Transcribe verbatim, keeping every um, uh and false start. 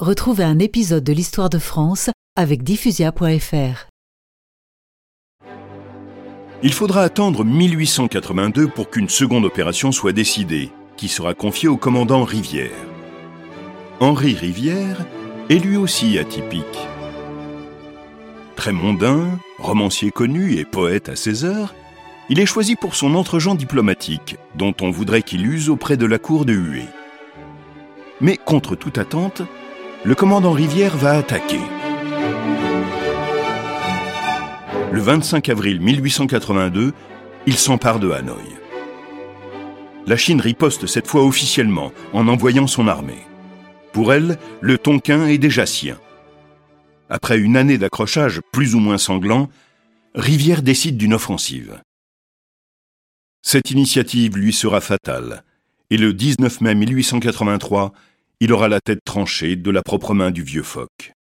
Retrouvez un épisode de l'Histoire de France avec diffusia point f r. Il faudra attendre mille huit cent quatre-vingt-deux pour qu'une seconde opération soit décidée, qui sera confiée au commandant Rivière. Henri Rivière est lui aussi atypique. Très mondain, romancier connu et poète à ses heures, il est choisi pour son entre-gens diplomatique, dont on voudrait qu'il use auprès de la cour de Hué. Mais contre toute attente, le commandant Rivière va attaquer. Le vingt-cinq avril mille huit cent quatre-vingt-deux, il s'empare de Hanoï. La Chine riposte cette fois officiellement en envoyant son armée. Pour elle, le Tonkin est déjà sien. Après une année d'accrochage plus ou moins sanglant, Rivière décide d'une offensive. Cette initiative lui sera fatale, et le dix-neuf mai mille huit cent quatre-vingt-trois, il aura la tête tranchée de la propre main du vieux phoque.